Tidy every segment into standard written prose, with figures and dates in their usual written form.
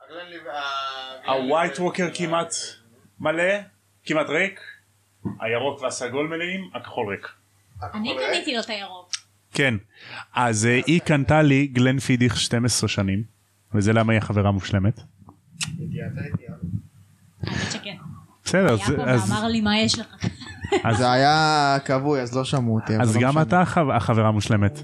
הווייט ווקר כמעט מלא, כמעט ריק, הירוק והסגול מלאים, הכחול ריק. אני קניתי לו את הירוק. כן, אז היא קנתה לי גלן פידיך 12 שנים, וזה למה היא החברה מושלמת. האמת שכן. בסדר, היה פה ואמר לי מה יש לך. זה היה קבוי, אז לא שמעו אותי. אז גם אתה החברה מושלמת.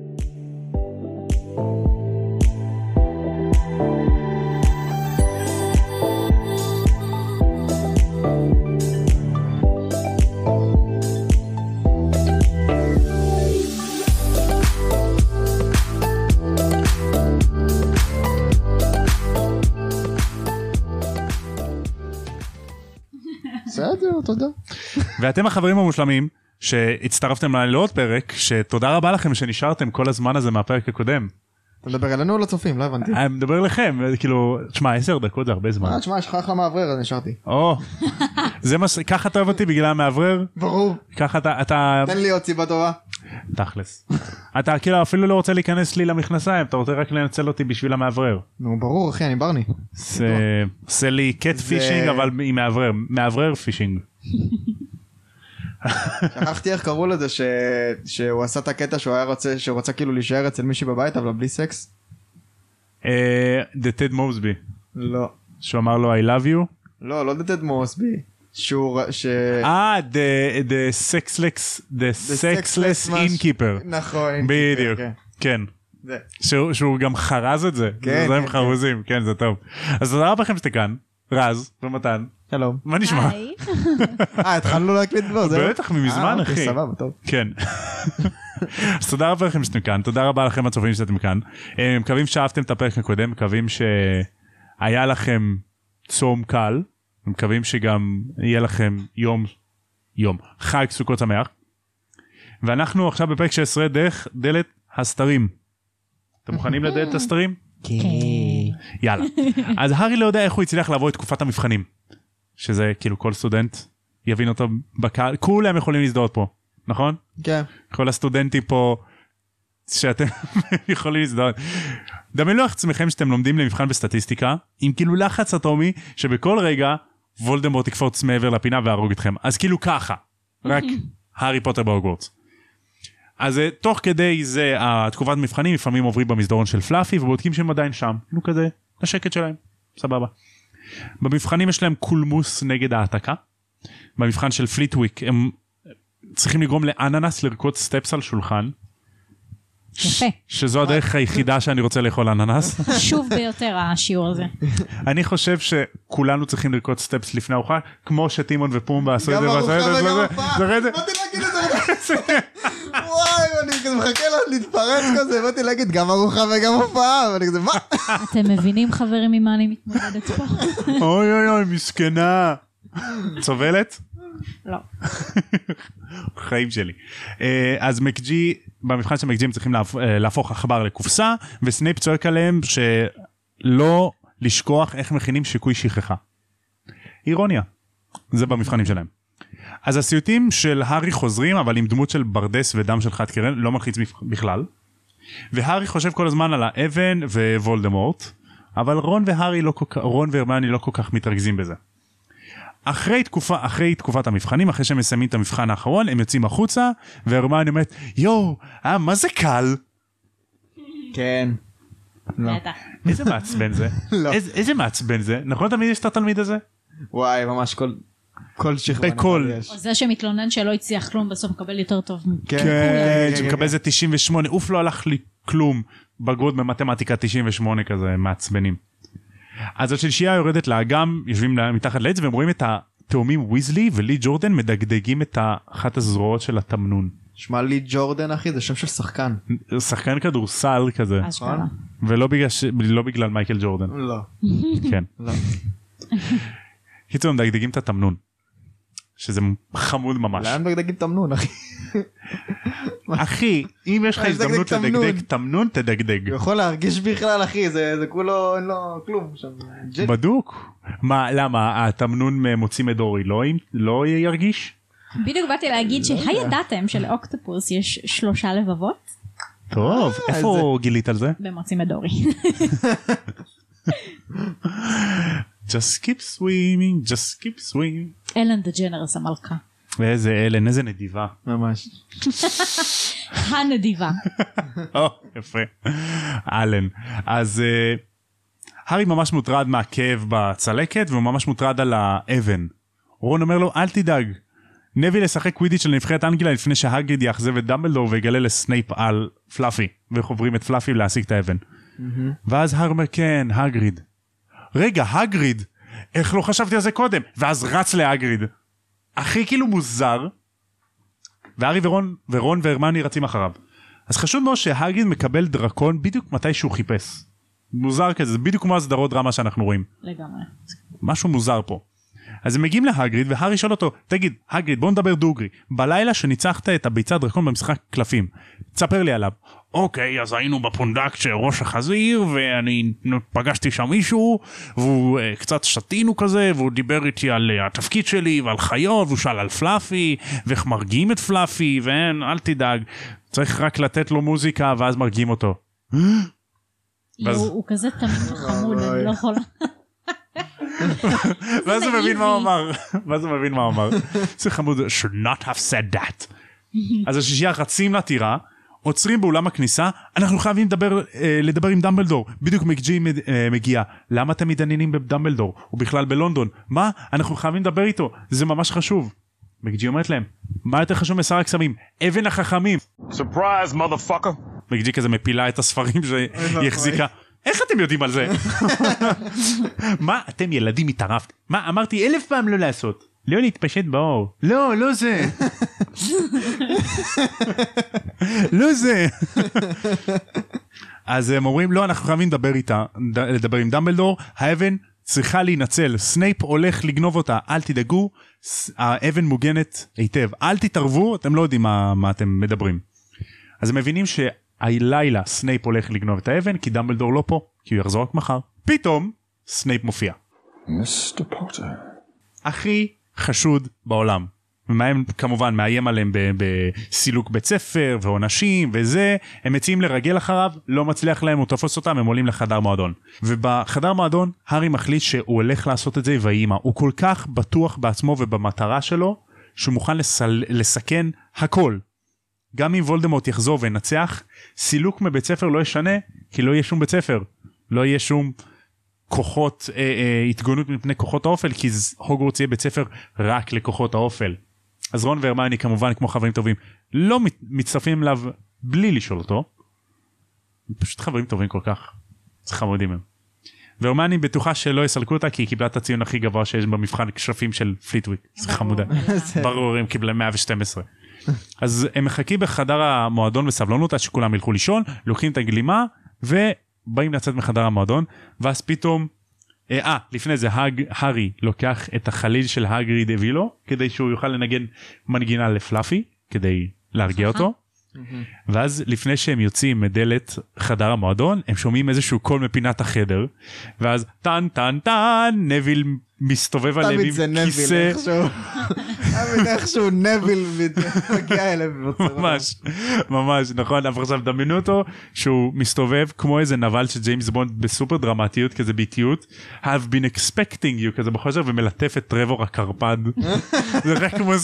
בסדר, תודה. ואתם החברים המושלמים שהצטרפתם לעוד פרק, שתודה רבה לכם שנשארתם כל הזמן הזה מהפרק הקודם. אתה מדבר אלינו או לצופים? לא הבנתי. אני מדבר לכם, כאילו, תשמע, 10 דקות זה הרבה זמן. תשמע, יש לך אחלה מעברר, אז נשארתי. ככה אתה אוהב אותי בגלל המעברר? ברור. ככה אתה... תן לי עוד סיבה טובה. תכלס. אתה כאילו אפילו לא רוצה להיכנס לי למכנסיים, אתה רוצה רק לנצל אותי בשביל המעברר. נו, ברור, אחי, אני ברני. עושה לי קט פישינג, אבל עם מעברר. מעברר פישינג. שכחתי איך קראו לזה שהוא עשה את הקטע שהוא רצה כאילו להישאר אצל מישהי בבית אבל בלי סקס. The Ted Mosby. לא. שהוא אמר לו I love you? לא The Ted Mosby. the sexless innkeeper. נכון. בדיוק. כן. שהוא גם חרז את זה. זה הם חרוזים. כן, זה טוב. אז תודה רבה לכם שאתה כאן. רז ומתן. שלום. מה נשמע? התחלנו להקליט בו. בטח ממזמן אחי. סבבה, טוב. כן. אז תודה רבה לכם שאתם כאן, תודה רבה לכם הצופים שאתם כאן. מקווים שאהבתם את הפרק הקודם, מקווים שהיה לכם צום קל, מקווים שגם יהיה לכם יום חג סוכות שמח. ואנחנו עכשיו בפרק 16 דרך דלת הסתרים. אתם מוכנים לדלת הסתרים? כן. יאללה. אז הארי לא יודע איך הוא הצליח לעבור את תקופת המבחנים. שזה כאילו כל סטודנט יבין אותו בקהל, כולם יכולים להזדהות פה, נכון? כן. כל הסטודנטים פה שאתם יכולים להזדהות. דמיינו לך עצמכם שאתם לומדים למבחן בסטטיסטיקה, עם כאילו לחץ אטומי שבכל רגע וולדמורט יקפוץ מעבר לפינה והרוג אתכם. אז כאילו ככה, רק הארי פוטר בהוגוורטס. אז תוך כדי זה התקופת מבחנים לפעמים עוברים במסדרון של פלאפי ובודקים שהם עדיין שם, כאילו כזה, לשקט שלהם, סבבה. במבחנים יש להם קולמוס נגד העתקה. במבחן של פליטוויק הם צריכים לגרום לאננס לרקוד סטפס על שולחן. יפה. שזו הדרך היחידה שאני רוצה לאכול אננס. חשוב ביותר השיעור הזה. אני חושב שכולנו צריכים לרקוד סטפס לפני ארוחה, כמו שטימון ופומבה עשו את זה. גם ארוחה וגם הופעה. באתי להגיד את זה. וואי, אני כזה מחכה להתפרץ כזה, באתי להגיד גם ארוחה וגם הופעה, ואני כזה, מה? אתם מבינים חברים ממה אני מתמודדת פה? אוי אוי אוי, מסכנה. צובלת? לא. חיים שלי. אז מקג'י, במבחן של מקג'י הם צריכים להפוך עכבר לקופסה, וסנייפ צועק עליהם שלא לשכוח איך מכינים שיקוי שכחה. אירוניה. זה במבחנים שלהם. אז הסיוטים של הארי חוזרים, אבל עם דמות של ברדס ודם של חד קרן, לא מלחיץ בכלל. והארי חושב כל הזמן על האבן ווולדמורט, אבל רון והרמיוני לא כל כך מתרכזים בזה. אחרי תקופת המבחנים, אחרי שהם מסיימים את המבחן האחרון, הם יוצאים החוצה, והרמיוני אומרת, יואו, מה זה קל? כן. לא. איזה מעצבן זה? לא. איזה מעצבן זה? נכון תמיד יש את התלמיד הזה? וואי, ממש כל שכבה. בכל. או זה שמתלונן שלא הצליח כלום, בסוף מקבל יותר טוב. כן, שמקבל איזה 98, אוף לא הלך לי כלום, בגרות במתמטיקה 98 כזה, מעצבנים. אז השלישייה יורדת לאגם, יושבים מתחת לעץ, והם רואים את התאומים ויזלי ולי ג'ורדן מדגדגים את אחת הזרועות של התמנון. שמע לי ג'ורדן אחי, זה שם של שחקן. שחקן כדורסל כזה. אשכרה. ולא בגלל מייקל ג'ורדן. לא. כן. לא. קיצור, הם מדגדגים את התמנון. שזה חמוד ממש. לאן מדגדגים תמנון אחי? אחי, אם יש לך הזדמנות לדגדג תמנון, תדגדג. הוא יכול להרגיש בכלל אחי, זה כולו, אין לו כלום. בדוק. מה, למה? התמנון מוציא מדורי, לא ירגיש? בדיוק באתי להגיד שהידעתם שלאוקטופוס יש 3 לבבות? טוב, איפה גילית על זה? במוציא מדורי. just keep swimming, just keep swimming. אלן דה ג'נרס המלכה. ואיזה אלן, איזה נדיבה. ממש. הנדיבה. יפה. אלן. אז הארי ממש מוטרד מהכאב בצלקת, והוא ממש מוטרד על האבן. רון אומר לו, אל תדאג. נביל ישחק קווידיץ' של נבחרת אנגליה לפני שהגריד יאכזב את דמבלדור ויגלה לסנייפ על פלאפי, וחוברים את פלאפי להשיג את האבן. ואז הארי אומר, כן, הגריד. רגע, הגריד, איך לא חשבתי על זה קודם? ואז רץ להגריד. הכי כאילו מוזר, והארי ורון והרמיוני רצים אחריו. אז חשוב מאוד שהגריד מקבל דרקון בדיוק מתי שהוא חיפש. מוזר כזה, זה בדיוק כמו הסדרות דרמה שאנחנו רואים. לגמרי. משהו מוזר פה. אז הם מגיעים להגריד, והארי שואל אותו, תגיד, הגריד, בוא נדבר דוגרי. בלילה שניצחת את הביצת דרקון במשחק קלפים, תספר לי עליו. אוקיי, אז היינו בפונדק שראש החזיר, ואני פגשתי שם מישהו, והוא קצת שתינו כזה, והוא דיבר איתי על התפקיד שלי, ועל חיות, והוא שאל על פלאפי, ואיך מרגיעים את פלאפי, ואין, אל תדאג, צריך רק לתת לו מוזיקה, ואז מרגיעים אותו. הוא כזה תמיד חמוד, אני לא יכולה. ואז הוא מבין מה הוא אמר. זה חמוד, should not have said that. אז השישייה רצים לטירה, עוצרים באולם הכניסה, אנחנו חייבים לדבר עם דמבלדור. בדיוק מקג'י מגיע. למה אתם מתעניינים בדמבלדור? הוא בכלל בלונדון. מה? אנחנו חייבים לדבר איתו. זה ממש חשוב. מקג'י אומרת להם, מה יותר חשוב משר הקסמים? אבן החכמים. Surprise, motherfucker. מקג'י כזה מפילה את הספרים שהיא החזיקה. איך אתם יודעים על זה? מה? אתם ילדים מתערפת. מה? אמרתי 1000 פעם לא לעשות. לא להתפשט באור. לא זה. לא זה. אז הם אומרים, לא, אנחנו חייבים לדבר עם דמבלדור, האבן צריכה להינצל, סנייפ הולך לגנוב אותה, אל תדאגו, האבן מוגנת היטב, אל תתערבו, אתם לא יודעים מה אתם מדברים. אז הם מבינים שהלילה סנייפ הולך לגנוב את האבן, כי דמבלדור לא פה, כי הוא יחזור רק מחר. פתאום סנייפ מופיע. Mr. Potter. הכי חשוד בעולם. כמובן מאיים עליהם בסילוק בית ספר ועונשים וזה, הם מציעים לרגל אחריו, לא מצליח להם, הוא תופס אותם, הם עולים לחדר מועדון. ובחדר מועדון, הארי מחליט שהוא הולך לעשות את זה ואימא. הוא כל כך בטוח בעצמו ובמטרה שלו, שהוא מוכן לסכן הכל. גם אם וולדמורט יחזור ונצח, סילוק מבית ספר לא ישנה, כי לא יהיה שום בית ספר. לא יהיה שום כוחות, התגוננות מפני כוחות האופל, כי הוגוורטס יהיה בית ספר רק לכוחות האופל. אז רון והרמיוני כמובן כמו חברים טובים לא מצטרפים אליו בלי לשאול אותו, פשוט חברים טובים כל כך, זה חמודים הם. והרמיוני בטוחה שלא יסלקו אותה כי היא קיבלה את הציון הכי גבוה שיש במבחן כשפים של פליטוויק, זה חמודה, ברור, הם קיבלה 112. אז הם מחכים בחדר המועדון בסבלנות עד שכולם ילכו לישון, לוקחים את הגלימה ובאים לצאת מחדר המועדון, ואז פתאום לפני זה הארי לוקח את החליל של הגריד הביא לו, כדי שהוא יוכל לנגן מנגינה לפלאפי, כדי להרגיע אותו. ואז לפני שהם יוצאים מדלת חדר המועדון, הם שומעים איזשהו קול מפינת החדר, ואז טן טן טן, נביל מסתובב עליהם עם כיסא. תמיד איכשהו נביל מגיע אליו. ממש, נכון, אבל עכשיו דמיינו אותו, שהוא מסתובב כמו איזה נבל של ג'יימס בונד בסופר דרמטיות, כזה ביטיות, have been expecting you, כזה בחושר, ומלטף את טרבור הקרפד. זה רק כמו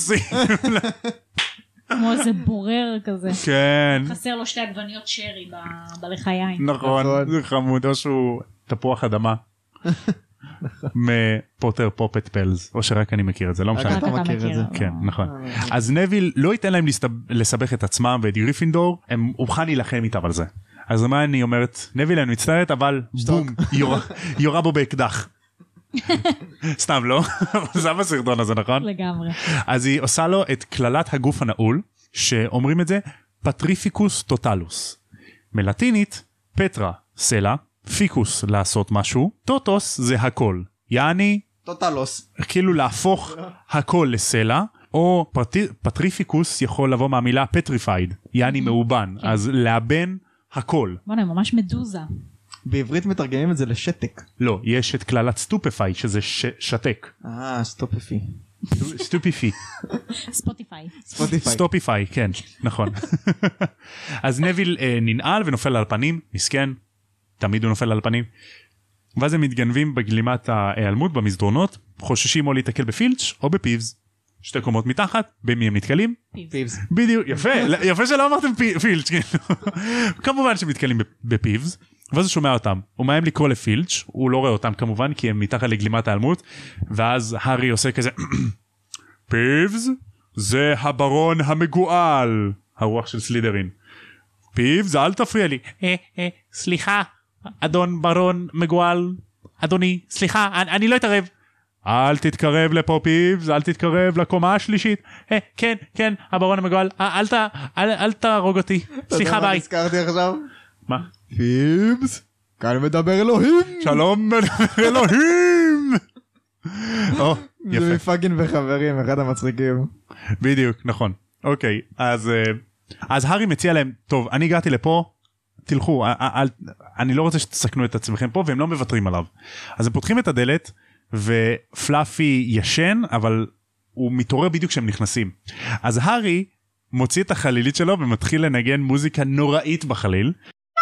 כמו איזה בורר כזה. כן. חסר לו 2 עגבניות שרי בלחיים. נכון, זה חמוד, או שהוא תפוח אדמה. מפוטר פופט פלס, או שרק אני מכיר את זה, לא משנה. אתה מכיר את זה. כן, נכון. אז נביל לא ייתן להם לסבך את עצמם ואת גריפינדור, הוא מוכן להילחם איתם על זה. אז מה אני אומרת, נביל אני מצטערת, אבל בום, יורה בו באקדח. סתם לא, זה בסרטון הזה, נכון? לגמרי. אז היא עושה לו את כללת הגוף הנעול, שאומרים את זה פטריפיקוס טוטלוס. מלטינית, פטרה, סלע, פיקוס לעשות משהו, טוטוס זה הכל, יעני טוטלוס, כאילו להפוך הכל לסלע, או פטריפיקוס יכול לבוא מהמילה פטריפייד, יעני מאובן, אז לאבן הכל. בוא'נה, ממש מדוזה. בעברית מתרגמים את זה לשתק. לא, יש את כללת סטופיפיי שזה שתק. סטופיפי. סטופיפי. סטופיפיי, כן, נכון. אז נביל ננעל ונופל על הפנים, מסכן, תמיד הוא נופל על הפנים. ואז הם מתגנבים בגלימת ההיעלמות במסדרונות, חוששים או להתקל בפילץ' או בפיבס. 2 קומות מתחת, במי הם נתקלים? פיבס. בדיוק, יפה שלא אמרתם פילץ', כמובן שהם מתקלים בפיבס, ואז הוא שומע אותם, הוא מאיים לקרוא לפילץ', הוא לא רואה אותם כמובן, כי הם מתחת לגלימת ההיעלמות, ואז הארי עושה כזה, פיבס, זה הברון המגועל, הרוח של סלידרין. פיבס, אל תפריע לי. סליחה, אדון ברון מגועל, אדוני, סליחה, אני לא אתערב. אל תתקרב לפה פיבס, אל תתקרב לקומה השלישית. כן, כן, הברון המגועל, אל תהרוג אותי. סליחה, ביי. הזכרתי עכשיו. מה? פיבס, כאן מדבר אלוהים. שלום מדבר אלוהים. או, זה יפה. מפאגין וחברים, אחד המצחיקים. בדיוק, נכון. אוקיי, אז הארי מציע להם, טוב, אני הגעתי לפה, תלכו, אני לא רוצה שתסכנו את עצמכם פה, והם לא מוותרים עליו. אז הם פותחים את הדלת, ופלאפי ישן, אבל הוא מתעורר בדיוק כשהם נכנסים. אז הארי מוציא את החלילית שלו, ומתחיל לנגן מוזיקה נוראית בחליל.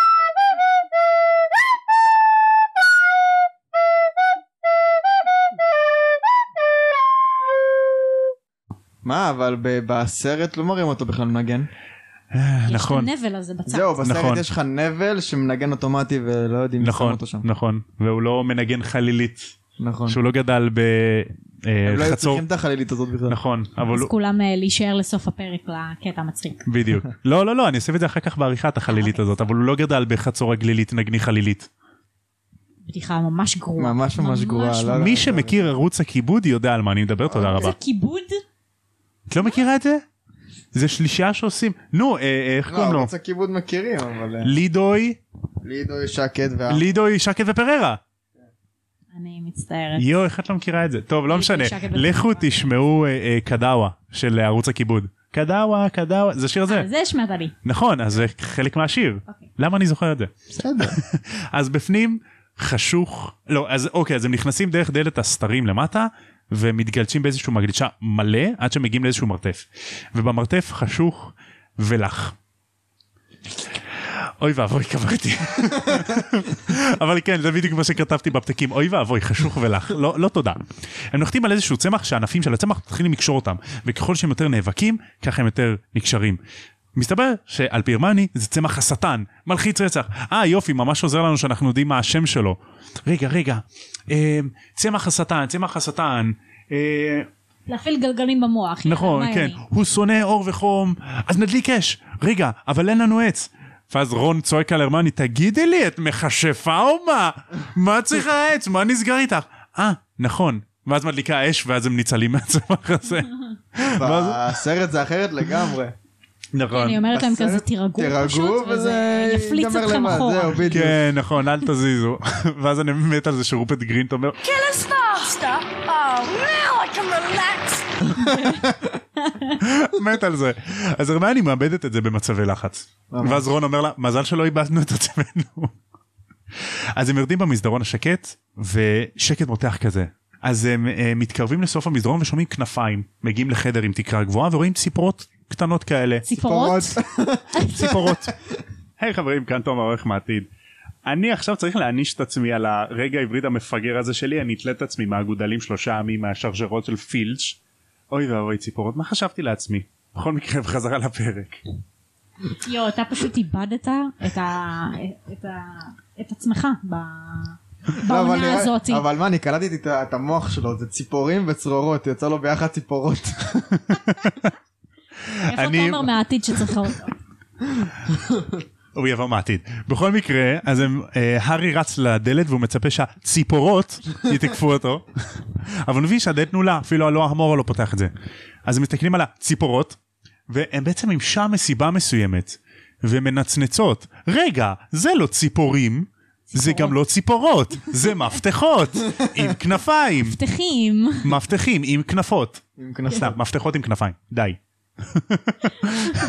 מה, אבל בסרט לא מראים אותו בכלל מנגן. נכון. יש את הנבל הזה בצד. זהו, בסרט נכון. יש לך נבל שמנגן אוטומטי ולא יודעים לשים נכון, אותו שם. נכון, והוא לא מנגן חלילית, נכון. שהוא לא גדל הם לא היו בחצור. צריכים את החלילית הזאת בכלל. נכון, אבל אז הוא... כולם להישאר לסוף הפרק לקטע המצחיק. בדיוק. לא, אני אעשה את זה אחר כך בעריכת החלילית הזאת, אבל הוא לא גדל בחצור הגלילית נגני חלילית. בדיחה ממש גרועה. ממש גרועה. לא, מי שמכיר ערוץ הכיבוד יודע על מה אני מדבר, תודה רבה. זה כיבוד? את לא מכירה את זה? זה שלישה שעושים. נו, איך לא, קוראים לו? ערוץ הכיבוד מכירים, אבל... לידוי שקט ופררה. אני מצטערת. יו, איך את לא מכירה את זה? טוב, לא משנה. שקט ופררה. לכו תשמעו קדאווה של ערוץ הכיבוד. קדאווה, זה שיר זה. זה השמעת לי. נכון, אז זה חלק מהשיר. אוקיי. למה אני זוכר את זה? בסדר. אז בפנים חשוך, לא, אז אוקיי, אז הם נכנסים דרך דלת הסתרים למטה, ומתגלשים באיזשהו מגלישה מלא, עד שמגיעים לאיזשהו מרתף. ובמרתף חשוך ולח. אוי ואבוי, קברתי. אבל כן, זה בדיוק מה שכתבתי בפתקים, אוי ואבוי, חשוך ולח, לא תודה. הם נוחתים על איזשהו צמח, שהענפים של הצמח מתחילים לקשור אותם, וככל שהם יותר נאבקים, ככה הם יותר נקשרים. מסתבר שעל פי הרמיוני זה צמח השטן, מלחיץ רצח. יופי, ממש עוזר לנו שאנחנו יודעים מה השם שלו. רגע, צמח השטן, להפעיל גלגלים במוח. נכון, כן, הוא שונא אור וחום, אז נדליק אש. רגע, אבל אין לנו עץ. ואז רון צועק על הרמיוני, תגידי לי, את מכשפה או מה? מה צריכה העץ? מה נסגר איתך? נכון. ואז מדליקה אש, ואז הם ניצלים מהצמח הזה. בסרט זה אחרת לגמרי. נכון. אני אומרת להם כזה, תירגעו פשוט, וזה יפליץ אתכם אחורה. זהו, בדיוק. כן, נכון, אל תזיזו. ואז אני מת על זה שרופט גרינט אומר, Kill us faster! Oh, now I can relax! מת על זה. אז הרמיוני מאבדת את זה במצבי לחץ. ואז רון אומר לה, מזל שלא איבדנו את עצמנו. אז הם יורדים במסדרון השקט, ושקט מותח כזה. אז הם מתקרבים לסוף המסדרון ושומעים כנפיים. מגיעים לחדר עם תקרה גבוהה ורואים ציפורות קטנות כאלה. ציפורות? ציפורות. היי חברים, כאן תום העורך מעתיד. אני עכשיו צריך להעניש את עצמי על הרגע העברית המפגר הזה שלי, אני אתלה את עצמי מהגודלים 3 ימים מהשרשרות של פילץ'. אוי ואוי ציפורות, מה חשבתי לעצמי? בכל מקרה בחזרה לפרק. אתה פשוט איבדת את עצמך בעונה הזאת. אבל מה, אני קלטתי את המוח שלו, זה ציפורים וצרורות, יצא לו ביחד ציפורות. איפה תומר מהעתיד שצריכה אותו? הוא יבוא מעתיד. בכל מקרה, אז הארי רץ לדלת והוא מצפה שהציפורות יתקפו אותו, אבל מבין שהדלת נעולה, אפילו לא המורה לא פותח את זה. אז הם מסתכלים על הציפורות, והם בעצם עם שם מסיבה מסוימת, ומנצנצות. רגע, זה לא ציפורים, זה גם לא ציפורות, זה מפתחות עם כנפיים. מפתחים עם כנפות. סתם, מפתחות עם כנפיים, די.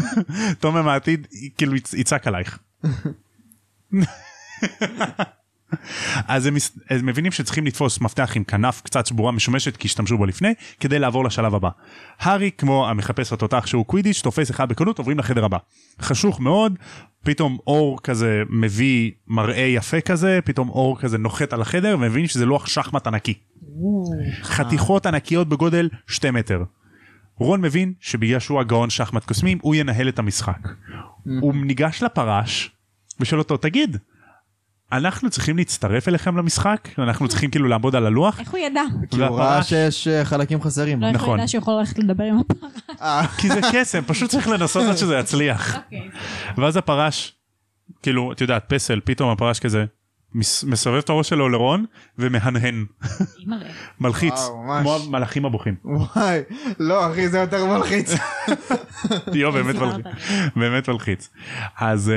תומר מהעתיד כאילו יצעק עלייך. אז הם מבינים שצריכים לתפוס מפתח עם כנף קצת שבורה משומשת כי השתמשו בו לפני, כדי לעבור לשלב הבא. הארי, כמו המחפש התותח שהוא קווידיץ', תופס אחד בקלות, עוברים לחדר הבא. חשוך מאוד, פתאום אור כזה מביא מראה יפה כזה, פתאום אור כזה נוחת על החדר, ומבין שזה לוח שחמט ענקי. חתיכות ענקיות בגודל 2 מטר. רון מבין שבגלל שהוא הגאון שחמט קוסמים, הוא ינהל את המשחק. הוא ניגש לפרש, ושואל אותו, תגיד, אנחנו צריכים להצטרף אליכם למשחק? אנחנו צריכים כאילו לעמוד על הלוח? איך הוא ידע? כי הוא ראה שיש חלקים חסרים. לא איך הוא נכון. ידע שהוא יכול ללכת לדבר עם הפרש. כי זה קסם, פשוט צריך לנסות עד שזה יצליח. ואז הפרש, כאילו, את יודעת, פסל, פתאום הפרש כזה, מסובב את הראש שלו לרון, ומהנהן. מלחיץ, וואו, ממש. כמו המלאכים הבוכים. וואי, לא אחי, זה יותר מלחיץ. יו, באמת מלחיץ. באמת מלחיץ. אז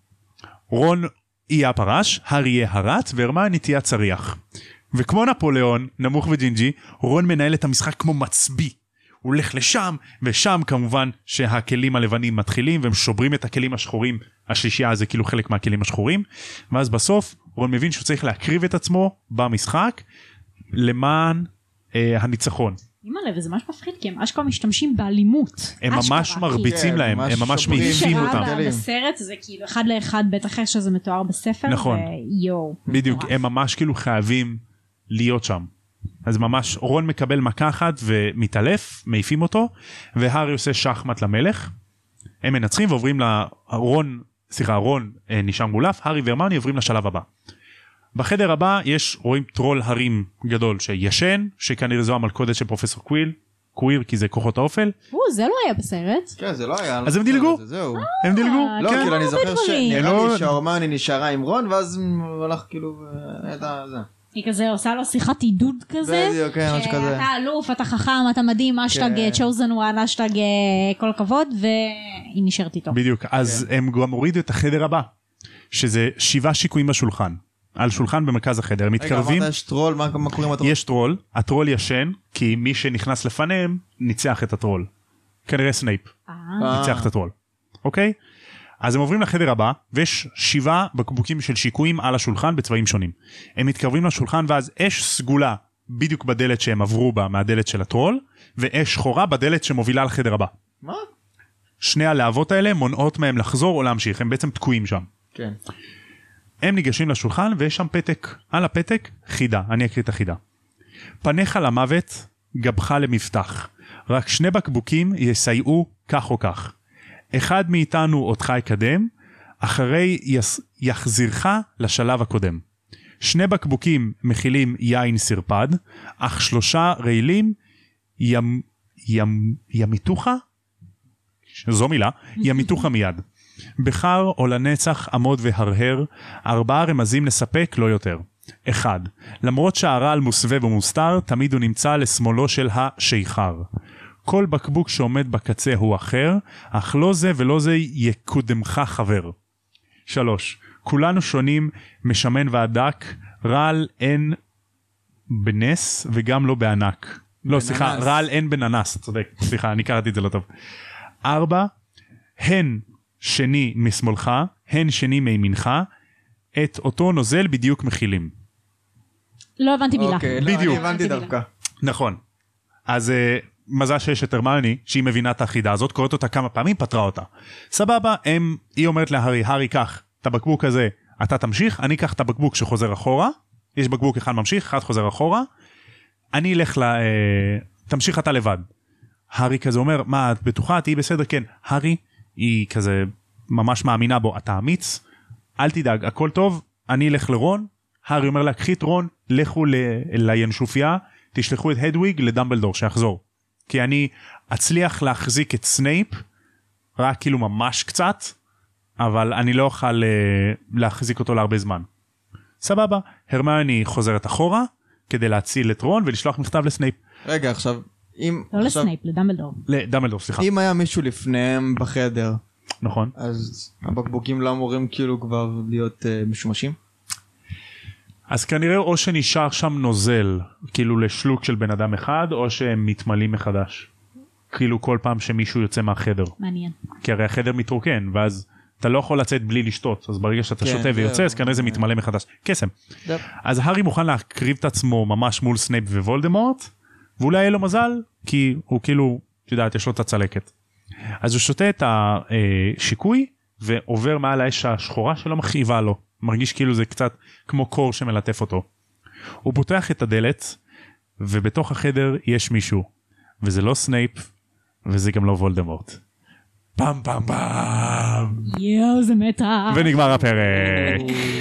רון יהיה הפרש, הארי יהיה הרץ, והרמיוני תהיה הצריח. וכמו נפוליאון, נמוך וג'ינג'י, רון מנהל את המשחק כמו מצביא. הוא הולך לשם, ושם כמובן שהכלים הלבנים מתחילים, והם שוברים את הכלים השחורים, השלישייה זה כאילו חלק מהכלים השחורים, ואז בסוף רון מבין שהוא צריך להקריב את עצמו במשחק, למען הניצחון. אימא'לה, וזה ממש מפחיד, כי הם אשכרה משתמשים באלימות. הם ממש מרביצים להם, הם ממש מעיפים אותם. בסרט זה כאילו 1-1, בטח איך שזה מתואר בספר, נכון. ויואו. בדיוק, הם ממש כאילו חייבים להיות שם. אז ממש רון מקבל מכה אחת ומתעלף, מעיפים אותו, והארי עושה שחמט למלך. הם מנצחים ועוברים רון נשאר מולף, הארי והרמיוני עוברים לשלב הבא. בחדר הבא רואים טרול הרים גדול שישן, שכנראה זו המלכודת של פרופסור קוויר, כי זה כוחות האופל. זה לא היה בסרט. כן, זה לא היה. אז הם דילגו. זהו. הם דילגו. לא, כן. כאילו אני זוכר שנראה לא- לי שהרמיוני נשארה עם רון, ואז הוא הלך כאילו, זה. היא כזה עושה לו שיחת עידוד כזה. בדיוק, כן, משהו כזה. שאתה אלוף, אתה חכם, אתה מדהים, אשטג צ'וזן וואן, אשטג כל הכבוד, והיא נשארת איתו. בדיוק, אז הם גם הורידו את החדר הבא, שזה 7 שיקויים בשולחן. על שולחן במרכז החדר, הם מתקרבים. רגע, אמרת יש טרול, מה קוראים הטרול? יש טרול, הטרול ישן, כי מי שנכנס לפניהם ניצח את הטרול. כנראה סנייפ ניצח את הטרול. אוקיי? אז הם עוברים לחדר הבא, ויש 7 בקבוקים של שיקויים על השולחן בצבעים שונים. הם מתקרבים לשולחן, ואז אש סגולה בדיוק בדלת שהם עברו בה מהדלת של הטרול, ואש שחורה בדלת שמובילה לחדר הבא. מה? שני הלהבות האלה מונעות מהם לחזור או להמשיך, הם בעצם תקועים שם. כן. הם ניגשים לשולחן ויש שם פתק, על הפתק חידה, אני אקריא את החידה. פניך למוות, גבך למפתח, רק 2 בקבוקים יסייעו כך או כך. אחד מאיתנו אותך יקדם, אחרי יחזירך לשלב הקודם. 2 בקבוקים מכילים יין סרפד, אך 3 רעילים ימיתוך, זו מילה, ימיתוך מיד. בחר או לנצח עמוד והרהר, 4 רמזים לספק לא יותר. 1. למרות שהרעל מוסווה ומוסתר, תמיד הוא נמצא לשמאלו של השיכר. כל בקבוק שעומד בקצה הוא אחר, אך לא זה ולא זה יקודמך חבר. 3. כולנו שונים, משמן ועדק, רעל אין בנס וגם לא בענק. לא, סליחה, רעל אין בננס, צודק, סליחה, אני קראתי את זה לא טוב. 4. הן שני משמאלך, הן שני מימינך, את אותו נוזל בדיוק מכילים. לא הבנתי מילה. אוקיי, לא, בדיוק. אני הבנתי דווקא. נכון. אז מזל שיש את הרמיוני, שהיא מבינה את החידה הזאת, קוראת אותה כמה פעמים, פתרה אותה. סבבה, היא אומרת להארי, הארי, קח את הבקבוק הזה, אתה תמשיך, אני אקח את הבקבוק שחוזר אחורה, יש בקבוק אחד ממשיך, אחד חוזר אחורה, אני אלך תמשיך אתה לבד. הארי כזה אומר, מה, את בטוחה? תהי בסדר? כן. הארי, היא כזה ממש מאמינה בו, אתה אמיץ, אל תדאג, הכל טוב, אני אלך לרון, הארי אומר לה, קחי את רון, לכו לינשופיה, תשלחו את הדוויג לדמבלדור שיחזור. כי אני אצליח להחזיק את סנייפ, רק כאילו ממש קצת, אבל אני לא אוכל להחזיק אותו להרבה זמן. סבבה, הרמיוני חוזרת אחורה, כדי להציל את רון ולשלוח מכתב לסנייפ. רגע, עכשיו, לא לסנייפ, לדמבלדור. לדמבלדור, סליחה. אם היה מישהו לפניהם בחדר, נכון. אז הבקבוקים לא אמורים כאילו כבר להיות משומשים? אז כנראה או שנשאר שם נוזל, כאילו לשלוק של בן אדם אחד, או שהם מתמלאים מחדש. כאילו כל פעם שמישהו יוצא מהחדר. מעניין. כי הרי החדר מתרוקן, ואז אתה לא יכול לצאת בלי לשתות, אז ברגע שאתה שותה ויוצא, אז כנראה זה מתמלא מחדש. קסם. אז הארי מוכן להקריב את עצמו ממש מול סנייפ ווולדמורט, ואולי יהיה לו מזל, כי הוא כאילו, יודעת, יש לו את הצלקת. אז הוא שותה את השיקוי, ועובר מעל האש השחורה שלא מכאיבה לו. מרגיש כאילו זה קצת כמו קור שמלטף אותו. הוא פותח את הדלת, ובתוך החדר יש מישהו, וזה לא סנייפ, וזה גם לא וולדמורט. פעם פעם פעם. יואו, זה מתה. ונגמר הפרק.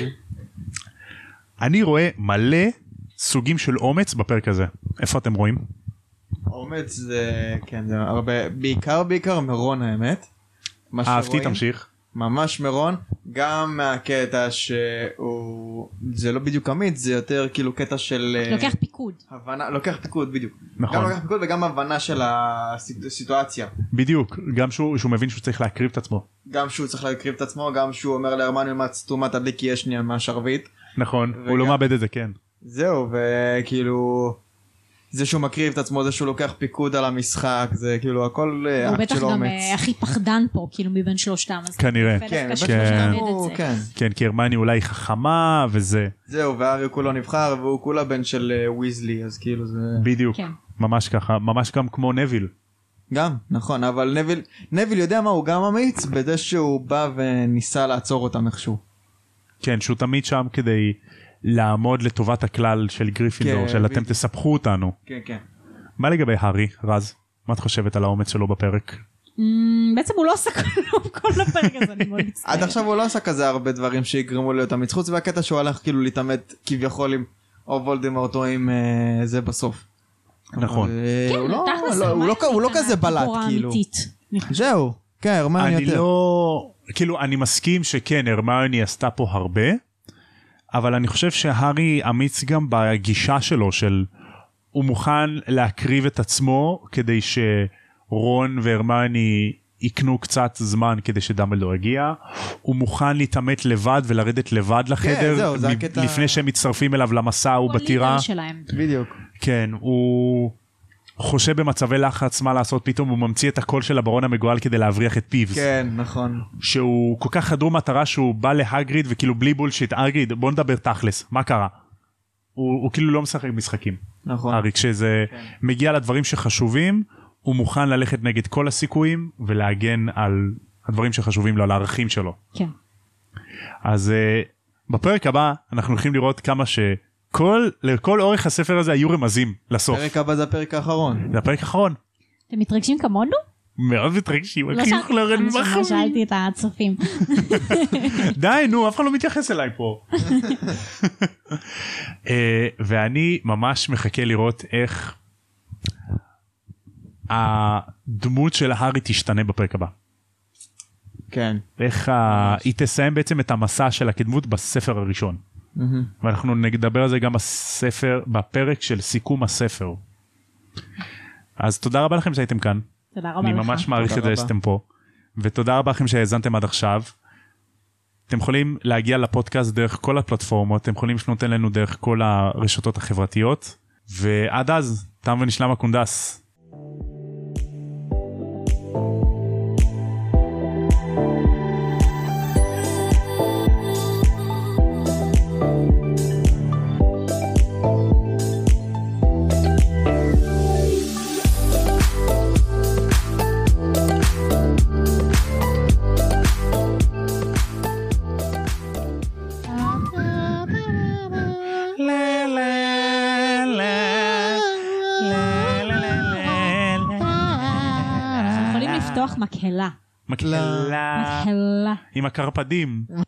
אני רואה מלא סוגים של אומץ בפרק הזה. איפה אתם רואים? אומץ זה, כן, זה הרבה, בעיקר מרון האמת. אהבתי, תמשיך. ממש מרון, גם מהקטע שהוא, זה לא בדיוק אמיץ, זה יותר כאילו קטע של... לוקח פיקוד. הבנה, לוקח פיקוד בדיוק. נכון. גם לוקח פיקוד וגם הבנה של הסיטואציה. בדיוק, גם שהוא מבין שהוא צריך להקריב את עצמו. גם שהוא צריך להקריב את עצמו, גם שהוא אומר להרמני סתומה תדליקי יש שנייה מהשרביט. נכון, הוא לא מאבד את זה, כן. זהו, וכאילו... זה שהוא מקריב את עצמו, זה שהוא לוקח פיקוד על המשחק, זה כאילו הכל הוא אקט בטח של גם אומץ. הכי פחדן פה, כאילו מבין שלושתם. אז כנראה. דווקא כן, שהוא כן. מכבד את זה. כן. כן, כי הרמני אולי חכמה וזה. זהו, והארי כולו נבחר, והוא כולה בן של ויזלי, אז כאילו זה... בדיוק, כן. ממש ככה, ממש גם כמו נביל. גם, נכון, אבל נביל יודע מה, הוא גם אמיץ, בזה שהוא בא וניסה לעצור אותם איכשהו. כן, שהוא תמיד שם כדי לעמוד לטובת הכלל של גריפינדור, כן, של אתם בדיוק. תספחו אותנו. כן, כן. מה לגבי הארי, רז? מה את חושבת על האומץ שלו בפרק? בעצם הוא לא עושה כלום כל הפרק הזה, אני מאוד מצטערת. עד עכשיו הוא לא עשה כזה הרבה דברים שיגרמו להיות אמיץ, חוץ והקטע שהוא הלך כאילו להתעמת כביכול עם או וולדמורט או עם זה בסוף. נכון. אבל, כן, הוא לא- תכלס, הוא לא כזה בלט גיבורה כאילו. אמיתית. זהו, כן, הרמני אני יותר. לא... כאילו, אני מסכים שכן, הרמיוני עשתה פה הרבה, אבל אני חושב שהארי אמיץ גם בגישה שלו, של הוא מוכן להקריב את עצמו, כדי שרון והרמיוני יקנו קצת זמן כדי שדמבלדור יגיע, הוא מוכן להתעמת לבד ולרדת לבד לחדר, זהו, זה הקטע- לפני שהם מצטרפים אליו למסע הוא הוא בטירה. הלידר שלהם. בדיוק. כן, הוא חושב במצבי לחץ מה לעשות, פתאום הוא ממציא את הקול של הברון המגועל כדי להבריח את פיבס. כן, נכון. שהוא כל כך חדור מטרה שהוא בא להגריד וכאילו בלי בולשיט, הגריד בוא נדבר תכלס, מה קרה? הוא כאילו לא משחק משחקים. נכון. ארי, כשזה מגיע לדברים שחשובים, הוא מוכן ללכת נגד כל הסיכויים ולהגן על הדברים שחשובים לו, על הערכים שלו. כן. אז בפרק הבא אנחנו הולכים לראות כמה לכל אורך הספר הזה היו רמזים לסוף. פרק הבא זה הפרק האחרון. זה הפרק האחרון. אתם מתרגשים כמונו? מאוד מתרגשים. לא החיוך לרן מחמיא. שאלתי את הצופים. די, נו, אף אחד לא מתייחס אליי פה. ואני ממש מחכה לראות איך הדמות של הארי תשתנה בפרק הבא. כן. איך היא תסיים בעצם את המסע של הקדמות בספר הראשון. ואנחנו נדבר על זה גם בפרק של סיכום הספר. אז תודה רבה לכם שהייתם כאן. תודה רבה אני לך. ממש מעריך את תודה זה רבה. שאתם פה. ותודה רבה לכם שהאזנתם עד עכשיו. אתם יכולים להגיע לפודקאסט דרך כל הפלטפורמות, אתם יכולים לפנות אלינו דרך כל הרשתות החברתיות. ועד אז, תם ונשלם הקונדס. אנחנו יכולים לפתוח מקהלה. מקהלה. מקהלה. עם הקרפדים.